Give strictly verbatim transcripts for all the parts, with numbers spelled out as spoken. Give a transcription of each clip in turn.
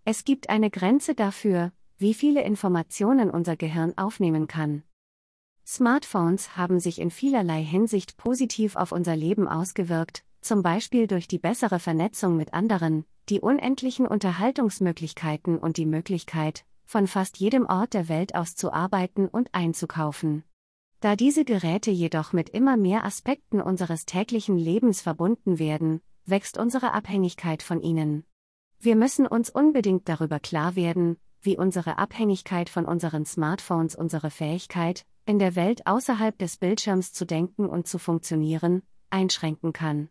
Es gibt eine Grenze dafür, wie viele Informationen unser Gehirn aufnehmen kann. Smartphones haben sich in vielerlei Hinsicht positiv auf unser Leben ausgewirkt, zum Beispiel durch die bessere Vernetzung mit anderen, die unendlichen Unterhaltungsmöglichkeiten und die Möglichkeit, von fast jedem Ort der Welt aus zu arbeiten und einzukaufen. Da diese Geräte jedoch mit immer mehr Aspekten unseres täglichen Lebens verbunden werden, wächst unsere Abhängigkeit von ihnen. Wir müssen uns unbedingt darüber klar werden, wie unsere Abhängigkeit von unseren Smartphones unsere Fähigkeit, in der Welt außerhalb des Bildschirms zu denken und zu funktionieren, einschränken kann.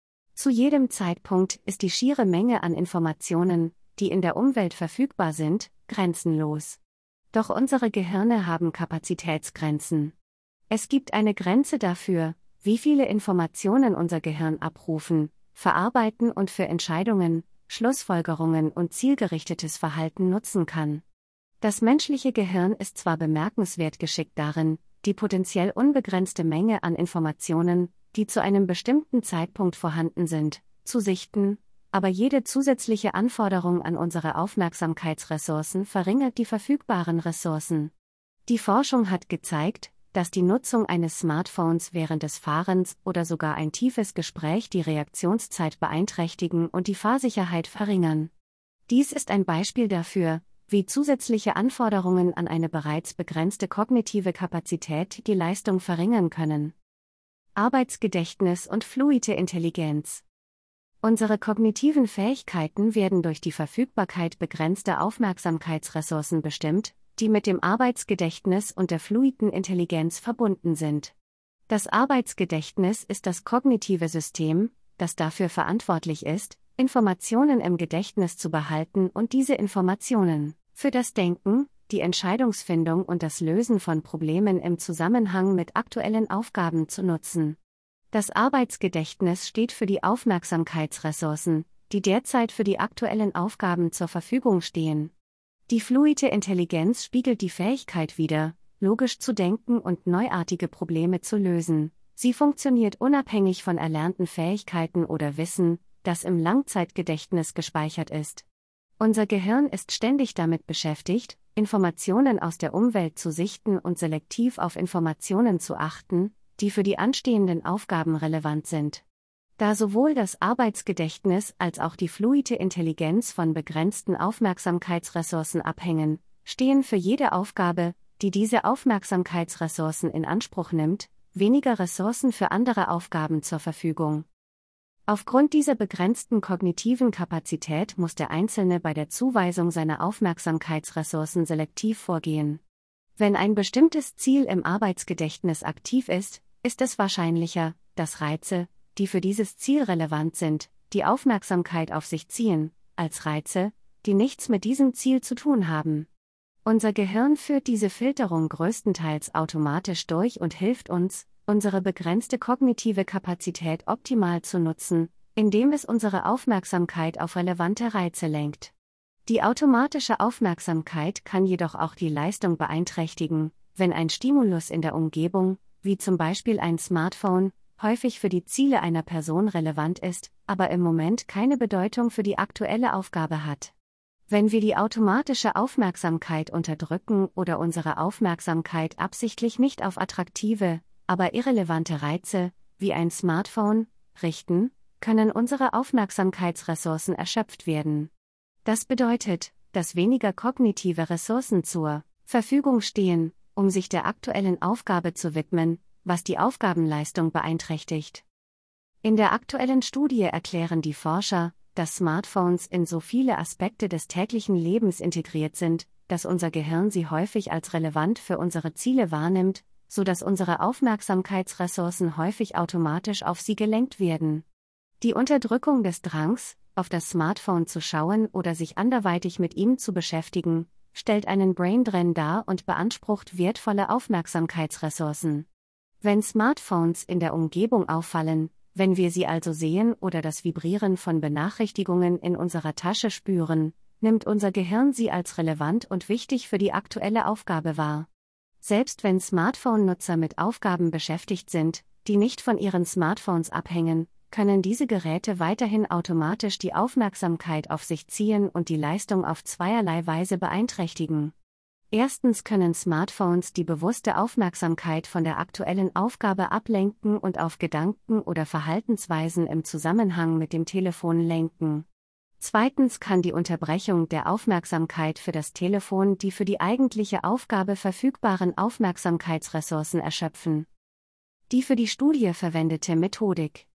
Zu jedem Zeitpunkt ist die schiere Menge an Informationen, die in der Umwelt verfügbar sind, grenzenlos. Doch unsere Gehirne haben Kapazitätsgrenzen. Es gibt eine Grenze dafür, wie viele Informationen unser Gehirn abrufen, verarbeiten und für Entscheidungen, Schlussfolgerungen und zielgerichtetes Verhalten nutzen kann. Das menschliche Gehirn ist zwar bemerkenswert geschickt darin, die potenziell unbegrenzte Menge an Informationen, die zu einem bestimmten Zeitpunkt vorhanden sind, zu sichten, aber jede zusätzliche Anforderung an unsere Aufmerksamkeitsressourcen verringert die verfügbaren Ressourcen. Die Forschung hat gezeigt, dass die Nutzung eines Smartphones während des Fahrens oder sogar ein tiefes Gespräch die Reaktionszeit beeinträchtigen und die Fahrsicherheit verringern. Dies ist ein Beispiel dafür, wie zusätzliche Anforderungen an eine bereits begrenzte kognitive Kapazität die Leistung verringern können. Arbeitsgedächtnis und fluide Intelligenz. Unsere kognitiven Fähigkeiten werden durch die Verfügbarkeit begrenzter Aufmerksamkeitsressourcen bestimmt, die mit dem Arbeitsgedächtnis und der fluiden Intelligenz verbunden sind. Das Arbeitsgedächtnis ist das kognitive System, das dafür verantwortlich ist, Informationen im Gedächtnis zu behalten und diese Informationen für das Denken, die Entscheidungsfindung und das Lösen von Problemen im Zusammenhang mit aktuellen Aufgaben zu nutzen. Das Arbeitsgedächtnis steht für die Aufmerksamkeitsressourcen, die derzeit für die aktuellen Aufgaben zur Verfügung stehen. Die fluide Intelligenz spiegelt die Fähigkeit wider, logisch zu denken und neuartige Probleme zu lösen. Sie funktioniert unabhängig von erlernten Fähigkeiten oder Wissen, das im Langzeitgedächtnis gespeichert ist. Unser Gehirn ist ständig damit beschäftigt, Informationen aus der Umwelt zu sichten und selektiv auf Informationen zu achten, die für die anstehenden Aufgaben relevant sind. Da sowohl das Arbeitsgedächtnis als auch die fluide Intelligenz von begrenzten Aufmerksamkeitsressourcen abhängen, stehen für jede Aufgabe, die diese Aufmerksamkeitsressourcen in Anspruch nimmt, weniger Ressourcen für andere Aufgaben zur Verfügung. Aufgrund dieser begrenzten kognitiven Kapazität muss der Einzelne bei der Zuweisung seiner Aufmerksamkeitsressourcen selektiv vorgehen. Wenn ein bestimmtes Ziel im Arbeitsgedächtnis aktiv ist, ist es wahrscheinlicher, dass Reize, die für dieses Ziel relevant sind, die Aufmerksamkeit auf sich ziehen, als Reize, die nichts mit diesem Ziel zu tun haben. Unser Gehirn führt diese Filterung größtenteils automatisch durch und hilft uns, unsere begrenzte kognitive Kapazität optimal zu nutzen, indem es unsere Aufmerksamkeit auf relevante Reize lenkt. Die automatische Aufmerksamkeit kann jedoch auch die Leistung beeinträchtigen, wenn ein Stimulus in der Umgebung, wie zum Beispiel ein Smartphone, häufig für die Ziele einer Person relevant ist, aber im Moment keine Bedeutung für die aktuelle Aufgabe hat. Wenn wir die automatische Aufmerksamkeit unterdrücken oder unsere Aufmerksamkeit absichtlich nicht auf attraktive, aber irrelevante Reize, wie ein Smartphone, richten, können unsere Aufmerksamkeitsressourcen erschöpft werden. Das bedeutet, dass weniger kognitive Ressourcen zur Verfügung stehen, um sich der aktuellen Aufgabe zu widmen, was die Aufgabenleistung beeinträchtigt. In der aktuellen Studie erklären die Forscher, dass Smartphones in so viele Aspekte des täglichen Lebens integriert sind, dass unser Gehirn sie häufig als relevant für unsere Ziele wahrnimmt, so dass unsere Aufmerksamkeitsressourcen häufig automatisch auf sie gelenkt werden. Die Unterdrückung des Drangs, auf das Smartphone zu schauen oder sich anderweitig mit ihm zu beschäftigen, stellt einen Braindrain dar und beansprucht wertvolle Aufmerksamkeitsressourcen. Wenn Smartphones in der Umgebung auffallen, wenn wir sie also sehen oder das Vibrieren von Benachrichtigungen in unserer Tasche spüren, nimmt unser Gehirn sie als relevant und wichtig für die aktuelle Aufgabe wahr. Selbst wenn Smartphone-Nutzer mit Aufgaben beschäftigt sind, die nicht von ihren Smartphones abhängen, können diese Geräte weiterhin automatisch die Aufmerksamkeit auf sich ziehen und die Leistung auf zweierlei Weise beeinträchtigen. Erstens können Smartphones die bewusste Aufmerksamkeit von der aktuellen Aufgabe ablenken und auf Gedanken oder Verhaltensweisen im Zusammenhang mit dem Telefon lenken. Zweitens kann die Unterbrechung der Aufmerksamkeit für das Telefon die für die eigentliche Aufgabe verfügbaren Aufmerksamkeitsressourcen erschöpfen. Die für die Studie verwendete Methodik.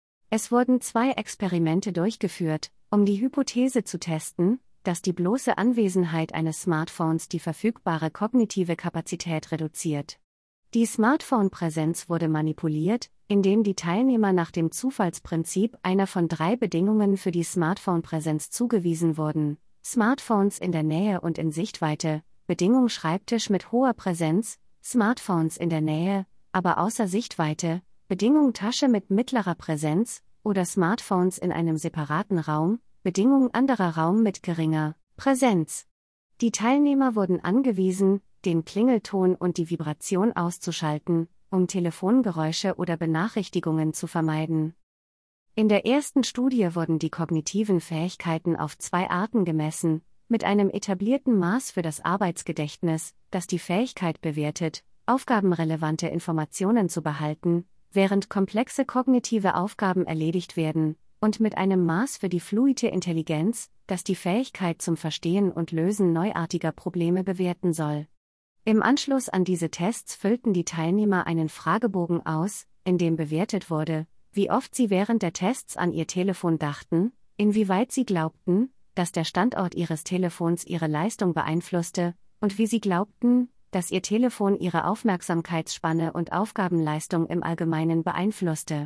Es wurden zwei Experimente durchgeführt, um die Hypothese zu testen, dass die bloße Anwesenheit eines Smartphones die verfügbare kognitive Kapazität reduziert. Die Smartphone-Präsenz wurde manipuliert, indem die Teilnehmer nach dem Zufallsprinzip einer von drei Bedingungen für die Smartphone-Präsenz zugewiesen wurden: Smartphones in der Nähe und in Sichtweite, Bedingung Schreibtisch mit hoher Präsenz, Smartphones in der Nähe, aber außer Sichtweite, Bedingung Tasche mit mittlerer Präsenz, oder Smartphones in einem separaten Raum, Bedingung anderer Raum mit geringer Präsenz. Die Teilnehmer wurden angewiesen, den Klingelton und die Vibration auszuschalten, um Telefongeräusche oder Benachrichtigungen zu vermeiden. In der ersten Studie wurden die kognitiven Fähigkeiten auf zwei Arten gemessen, mit einem etablierten Maß für das Arbeitsgedächtnis, das die Fähigkeit bewertet, aufgabenrelevante Informationen zu behalten, während komplexe kognitive Aufgaben erledigt werden, und mit einem Maß für die fluide Intelligenz, das die Fähigkeit zum Verstehen und Lösen neuartiger Probleme bewerten soll. Im Anschluss an diese Tests füllten die Teilnehmer einen Fragebogen aus, in dem bewertet wurde, wie oft sie während der Tests an ihr Telefon dachten, inwieweit sie glaubten, dass der Standort ihres Telefons ihre Leistung beeinflusste, und wie sie glaubten, dass ihr Telefon ihre Aufmerksamkeitsspanne und Aufgabenleistung im Allgemeinen beeinflusste.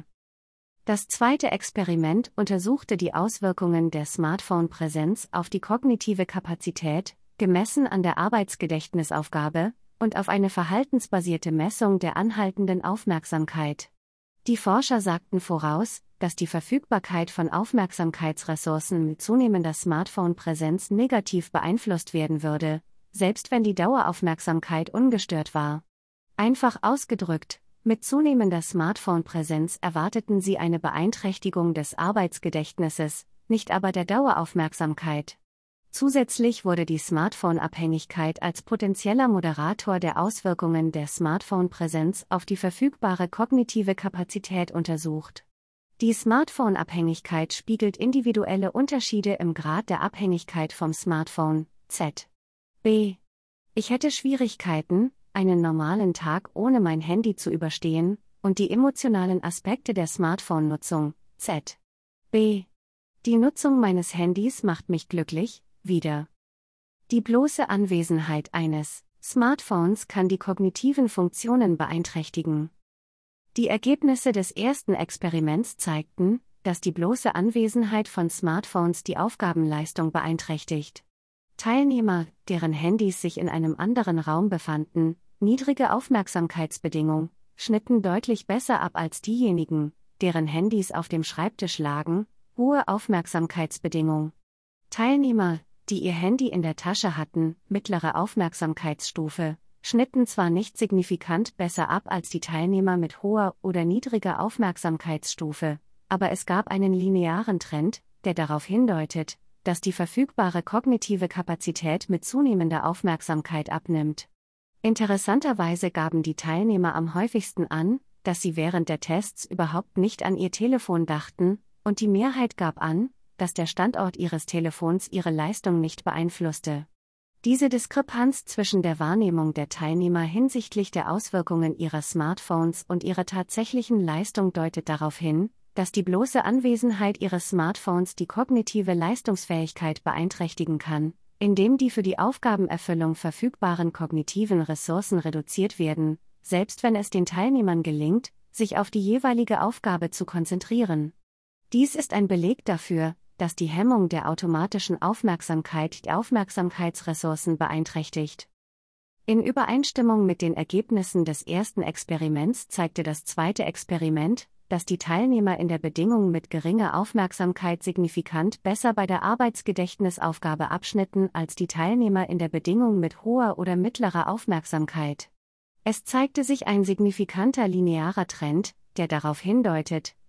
Das zweite Experiment untersuchte die Auswirkungen der Smartphone-Präsenz auf die kognitive Kapazität, gemessen an der Arbeitsgedächtnisaufgabe, und auf eine verhaltensbasierte Messung der anhaltenden Aufmerksamkeit. Die Forscher sagten voraus, dass die Verfügbarkeit von Aufmerksamkeitsressourcen mit zunehmender Smartphone-Präsenz negativ beeinflusst werden würde, selbst wenn die Daueraufmerksamkeit ungestört war. Einfach ausgedrückt: Mit zunehmender Smartphone-Präsenz erwarteten sie eine Beeinträchtigung des Arbeitsgedächtnisses, nicht aber der Daueraufmerksamkeit. Zusätzlich wurde die Smartphone-Abhängigkeit als potenzieller Moderator der Auswirkungen der Smartphone-Präsenz auf die verfügbare kognitive Kapazität untersucht. Die Smartphone-Abhängigkeit spiegelt individuelle Unterschiede im Grad der Abhängigkeit vom Smartphone, Z B. Ich hätte Schwierigkeiten, einen normalen Tag ohne mein Handy zu überstehen, und die emotionalen Aspekte der Smartphone-Nutzung, Z B. Die Nutzung meines Handys macht mich glücklich, wieder. Die bloße Anwesenheit eines Smartphones kann die kognitiven Funktionen beeinträchtigen. Die Ergebnisse des ersten Experiments zeigten, dass die bloße Anwesenheit von Smartphones die Aufgabenleistung beeinträchtigt. Teilnehmer, deren Handys sich in einem anderen Raum befanden, niedrige Aufmerksamkeitsbedingung, schnitten deutlich besser ab als diejenigen, deren Handys auf dem Schreibtisch lagen, hohe Aufmerksamkeitsbedingung. Teilnehmer, die ihr Handy in der Tasche hatten, mittlere Aufmerksamkeitsstufe, schnitten zwar nicht signifikant besser ab als die Teilnehmer mit hoher oder niedriger Aufmerksamkeitsstufe, aber es gab einen linearen Trend, der darauf hindeutet, dass die verfügbare kognitive Kapazität mit zunehmender Aufmerksamkeit abnimmt. Interessanterweise gaben die Teilnehmer am häufigsten an, dass sie während der Tests überhaupt nicht an ihr Telefon dachten, und die Mehrheit gab an, dass der Standort ihres Telefons ihre Leistung nicht beeinflusste. Diese Diskrepanz zwischen der Wahrnehmung der Teilnehmer hinsichtlich der Auswirkungen ihrer Smartphones und ihrer tatsächlichen Leistung deutet darauf hin, dass die bloße Anwesenheit ihres Smartphones die kognitive Leistungsfähigkeit beeinträchtigen kann, indem die für die Aufgabenerfüllung verfügbaren kognitiven Ressourcen reduziert werden, selbst wenn es den Teilnehmern gelingt, sich auf die jeweilige Aufgabe zu konzentrieren. Dies ist ein Beleg dafür, dass die Hemmung der automatischen Aufmerksamkeit die Aufmerksamkeitsressourcen beeinträchtigt. In Übereinstimmung mit den Ergebnissen des ersten Experiments zeigte das zweite Experiment, dass die Teilnehmer in der Bedingung mit geringer Aufmerksamkeit signifikant besser bei der Arbeitsgedächtnisaufgabe abschnitten als die Teilnehmer in der Bedingung mit hoher oder mittlerer Aufmerksamkeit. Es zeigte sich ein signifikanter linearer Trend, der darauf hindeutet,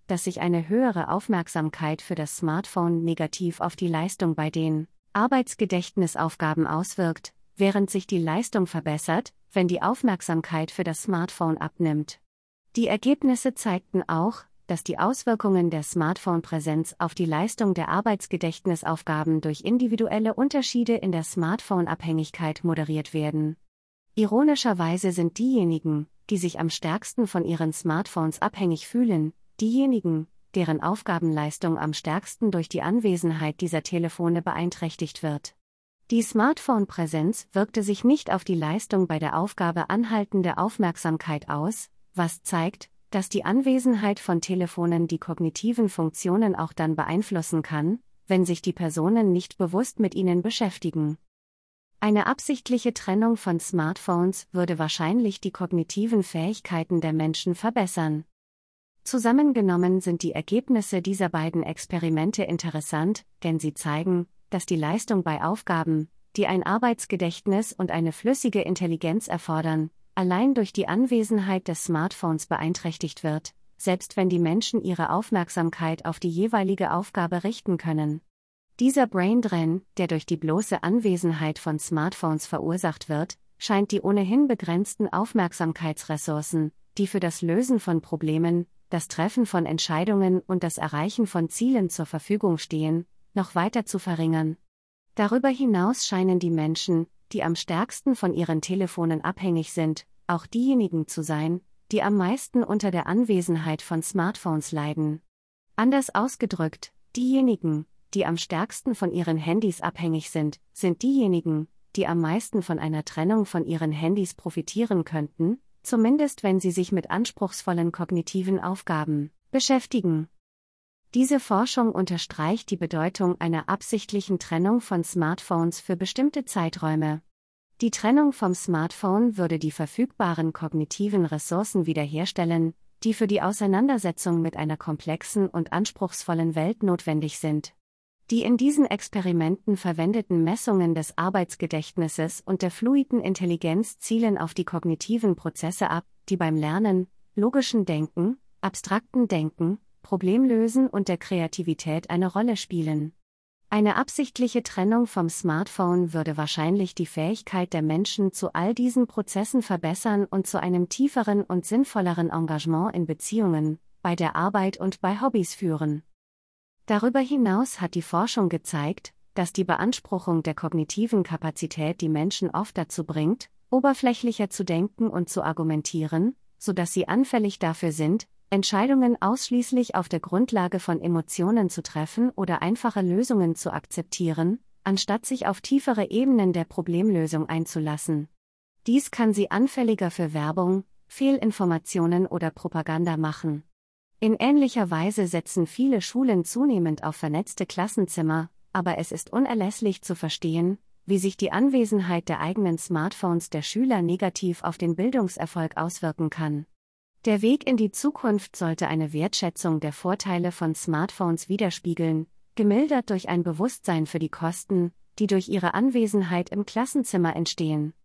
dass sich eine höhere Aufmerksamkeit für das Smartphone negativ auf die Leistung bei den Arbeitsgedächtnisaufgaben auswirkt, während sich die Leistung verbessert, wenn die Aufmerksamkeit für das Smartphone abnimmt. Die Ergebnisse zeigten auch, dass die Auswirkungen der Smartphone-Präsenz auf die Leistung der Arbeitsgedächtnisaufgaben durch individuelle Unterschiede in der Smartphone-Abhängigkeit moderiert werden. Ironischerweise sind diejenigen, die sich am stärksten von ihren Smartphones abhängig fühlen, diejenigen, deren Aufgabenleistung am stärksten durch die Anwesenheit dieser Telefone beeinträchtigt wird. Die Smartphone-Präsenz wirkte sich nicht auf die Leistung bei der Aufgabe anhaltende Aufmerksamkeit aus, was zeigt, dass die Anwesenheit von Telefonen die kognitiven Funktionen auch dann beeinflussen kann, wenn sich die Personen nicht bewusst mit ihnen beschäftigen. Eine absichtliche Trennung von Smartphones würde wahrscheinlich die kognitiven Fähigkeiten der Menschen verbessern. Zusammengenommen sind die Ergebnisse dieser beiden Experimente interessant, denn sie zeigen, dass die Leistung bei Aufgaben, die ein Arbeitsgedächtnis und eine flüssige Intelligenz erfordern, allein durch die Anwesenheit des Smartphones beeinträchtigt wird, selbst wenn die Menschen ihre Aufmerksamkeit auf die jeweilige Aufgabe richten können. Dieser Braindrain, der durch die bloße Anwesenheit von Smartphones verursacht wird, scheint die ohnehin begrenzten Aufmerksamkeitsressourcen, die für das Lösen von Problemen, das Treffen von Entscheidungen und das Erreichen von Zielen zur Verfügung stehen, noch weiter zu verringern. Darüber hinaus scheinen die Menschen, die am stärksten von ihren Telefonen abhängig sind, auch diejenigen zu sein, die am meisten unter der Anwesenheit von Smartphones leiden. Anders ausgedrückt, diejenigen, die am stärksten von ihren Handys abhängig sind, sind diejenigen, die am meisten von einer Trennung von ihren Handys profitieren könnten, zumindest wenn sie sich mit anspruchsvollen kognitiven Aufgaben beschäftigen. Diese Forschung unterstreicht die Bedeutung einer absichtlichen Trennung von Smartphones für bestimmte Zeiträume. Die Trennung vom Smartphone würde die verfügbaren kognitiven Ressourcen wiederherstellen, die für die Auseinandersetzung mit einer komplexen und anspruchsvollen Welt notwendig sind. Die in diesen Experimenten verwendeten Messungen des Arbeitsgedächtnisses und der fluiden Intelligenz zielen auf die kognitiven Prozesse ab, die beim Lernen, logischen Denken, abstrakten Denken, Problemlösen und der Kreativität eine Rolle spielen. Eine absichtliche Trennung vom Smartphone würde wahrscheinlich die Fähigkeit der Menschen zu all diesen Prozessen verbessern und zu einem tieferen und sinnvolleren Engagement in Beziehungen, bei der Arbeit und bei Hobbys führen. Darüber hinaus hat die Forschung gezeigt, dass die Beanspruchung der kognitiven Kapazität die Menschen oft dazu bringt, oberflächlicher zu denken und zu argumentieren, sodass sie anfällig dafür sind, Entscheidungen ausschließlich auf der Grundlage von Emotionen zu treffen oder einfache Lösungen zu akzeptieren, anstatt sich auf tiefere Ebenen der Problemlösung einzulassen. Dies kann sie anfälliger für Werbung, Fehlinformationen oder Propaganda machen. In ähnlicher Weise setzen viele Schulen zunehmend auf vernetzte Klassenzimmer, aber es ist unerlässlich zu verstehen, wie sich die Anwesenheit der eigenen Smartphones der Schüler negativ auf den Bildungserfolg auswirken kann. Der Weg in die Zukunft sollte eine Wertschätzung der Vorteile von Smartphones widerspiegeln, gemildert durch ein Bewusstsein für die Kosten, die durch ihre Anwesenheit im Klassenzimmer entstehen.